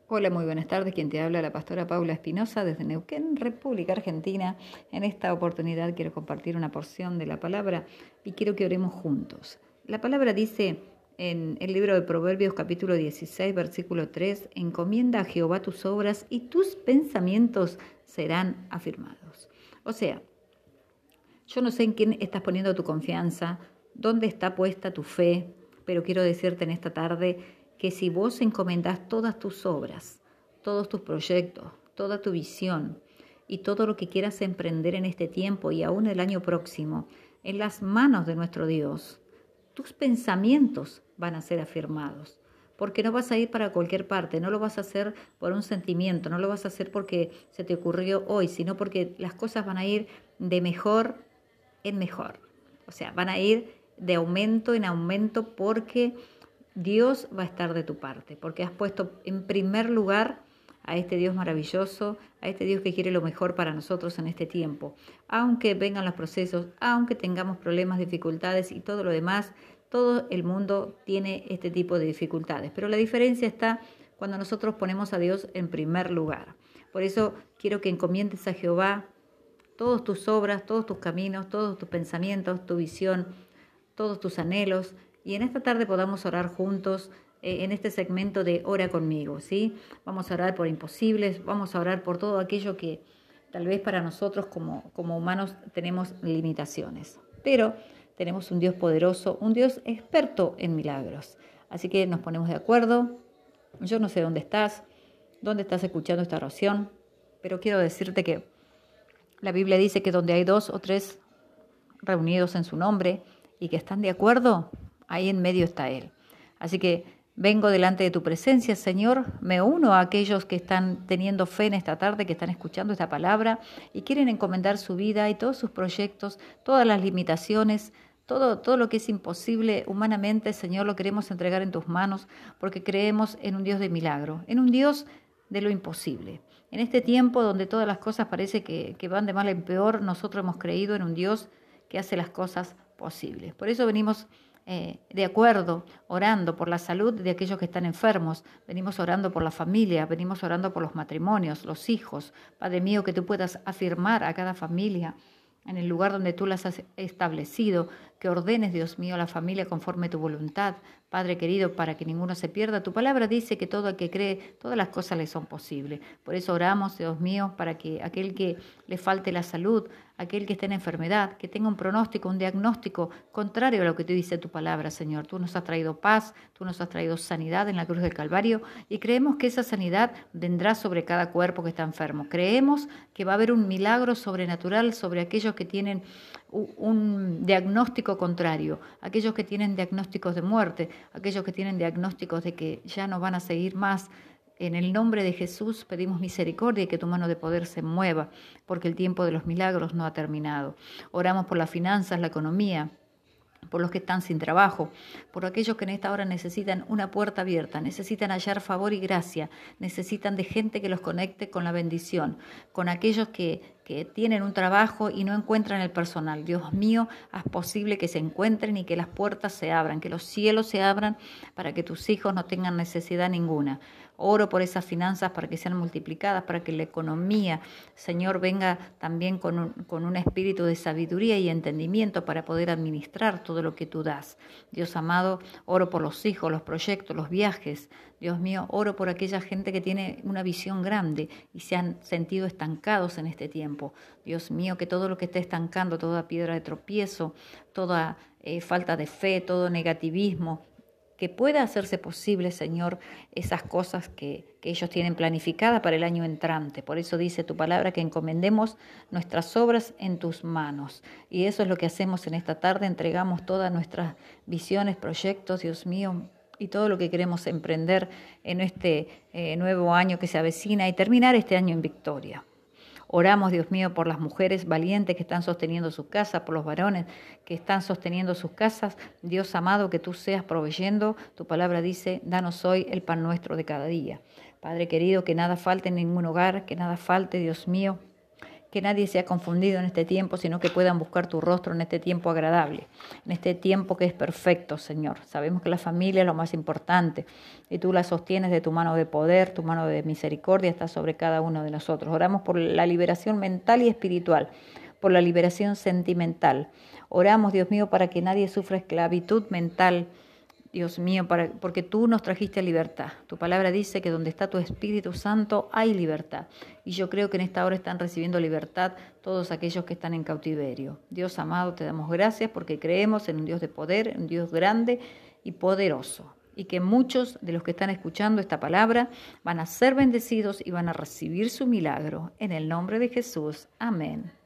Hola, muy buenas tardes. Quien te habla, la pastora Paula Espinosa, desde Neuquén, República Argentina. En esta oportunidad quiero compartir una porción de la palabra y quiero que oremos juntos. La palabra dice en el libro de Proverbios, capítulo 16, versículo 3, encomienda a Jehová tus obras y tus pensamientos serán afirmados. O sea, yo no sé en quién estás poniendo tu confianza, dónde está puesta tu fe, pero quiero decirte en esta tarde que si vos encomendás todas tus obras, todos tus proyectos, toda tu visión y todo lo que quieras emprender en este tiempo y aún el año próximo, en las manos de nuestro Dios, tus pensamientos van a ser afirmados. Porque no vas a ir para cualquier parte, no lo vas a hacer por un sentimiento, no lo vas a hacer porque se te ocurrió hoy, sino porque las cosas van a ir de mejor en mejor. O sea, van a ir de aumento en aumento porque Dios va a estar de tu parte, porque has puesto en primer lugar a este Dios maravilloso, a este Dios que quiere lo mejor para nosotros en este tiempo. Aunque vengan los procesos, aunque tengamos problemas, dificultades y todo lo demás, todo el mundo tiene este tipo de dificultades. Pero la diferencia está cuando nosotros ponemos a Dios en primer lugar. Por eso quiero que encomiendes a Jehová todas tus obras, todos tus caminos, todos tus pensamientos, tu visión, todos tus anhelos. Y en esta tarde podamos orar juntos en este segmento de Ora conmigo, ¿sí? Vamos a orar por imposibles, vamos a orar por todo aquello que tal vez para nosotros como humanos tenemos limitaciones. Pero tenemos un Dios poderoso, un Dios experto en milagros. Así que nos ponemos de acuerdo. Yo no sé dónde estás escuchando esta oración, pero quiero decirte que la Biblia dice que donde hay 2 o 3 reunidos en su nombre y que están de acuerdo, ahí en medio está Él. Así que vengo delante de tu presencia, Señor, me uno a aquellos que están teniendo fe en esta tarde, que están escuchando esta palabra y quieren encomendar su vida y todos sus proyectos, todas las limitaciones, todo lo que es imposible humanamente, Señor, lo queremos entregar en tus manos porque creemos en un Dios de milagro, en un Dios de lo imposible. En este tiempo donde todas las cosas parece que van de mal en peor, nosotros hemos creído en un Dios que hace las cosas posibles. Por eso venimos de acuerdo, orando por la salud de aquellos que están enfermos, venimos orando por la familia, venimos orando por los matrimonios, los hijos. Padre mío, que tú puedas afirmar a cada familia en el lugar donde tú las has establecido, que ordenes, Dios mío, a la familia conforme a tu voluntad, Padre querido, para que ninguno se pierda. Tu palabra dice que todo el que cree, todas las cosas le son posibles. Por eso oramos, Dios mío, para que aquel que le falte la salud, aquel que esté en enfermedad, que tenga un pronóstico, un diagnóstico contrario a lo que te dice tu palabra, Señor. Tú nos has traído paz, tú nos has traído sanidad en la cruz del Calvario y creemos que esa sanidad vendrá sobre cada cuerpo que está enfermo. Creemos que va a haber un milagro sobrenatural sobre aquellos que tienen un diagnóstico contrario, aquellos que tienen diagnósticos de muerte, aquellos que tienen diagnósticos de que ya no van a seguir más. En el nombre de Jesús pedimos misericordia y que tu mano de poder se mueva, porque el tiempo de los milagros no ha terminado. Oramos por las finanzas, la economía, por los que están sin trabajo, por aquellos que en esta hora necesitan una puerta abierta, necesitan hallar favor y gracia, necesitan de gente que los conecte con la bendición, con aquellos que tienen un trabajo y no encuentran el personal. Dios mío, haz posible que se encuentren y que las puertas se abran, que los cielos se abran para que tus hijos no tengan necesidad ninguna. Oro por esas finanzas para que sean multiplicadas, para que la economía, Señor, venga también con un espíritu de sabiduría y entendimiento para poder administrar todo lo que tú das. Dios amado, oro por los hijos, los proyectos, los viajes. Dios mío, oro por aquella gente que tiene una visión grande y se han sentido estancados en este tiempo. Dios mío, que todo lo que esté estancando, toda piedra de tropiezo, toda falta de fe, todo negativismo, que pueda hacerse posible, Señor, esas cosas que ellos tienen planificadas para el año entrante. Por eso dice tu palabra que encomendemos nuestras obras en tus manos. Y eso es lo que hacemos en esta tarde, entregamos todas nuestras visiones, proyectos, Dios mío, y todo lo que queremos emprender en este nuevo año que se avecina y terminar este año en victoria. Oramos, Dios mío, por las mujeres valientes que están sosteniendo sus casas, por los varones que están sosteniendo sus casas. Dios amado, que tú seas proveyendo. Tu palabra dice, danos hoy el pan nuestro de cada día. Padre querido, que nada falte en ningún hogar, que nada falte, Dios mío, que nadie sea confundido en este tiempo, sino que puedan buscar tu rostro en este tiempo agradable, en este tiempo que es perfecto, Señor. Sabemos que la familia es lo más importante y tú la sostienes de tu mano de poder, tu mano de misericordia está sobre cada uno de nosotros. Oramos por la liberación mental y espiritual, por la liberación sentimental. Oramos, Dios mío, para que nadie sufra esclavitud mental, Dios mío, porque tú nos trajiste libertad. Tu palabra dice que donde está tu Espíritu Santo hay libertad. Y yo creo que en esta hora están recibiendo libertad todos aquellos que están en cautiverio. Dios amado, te damos gracias porque creemos en un Dios de poder, un Dios grande y poderoso. Y que muchos de los que están escuchando esta palabra van a ser bendecidos y van a recibir su milagro. En el nombre de Jesús. Amén.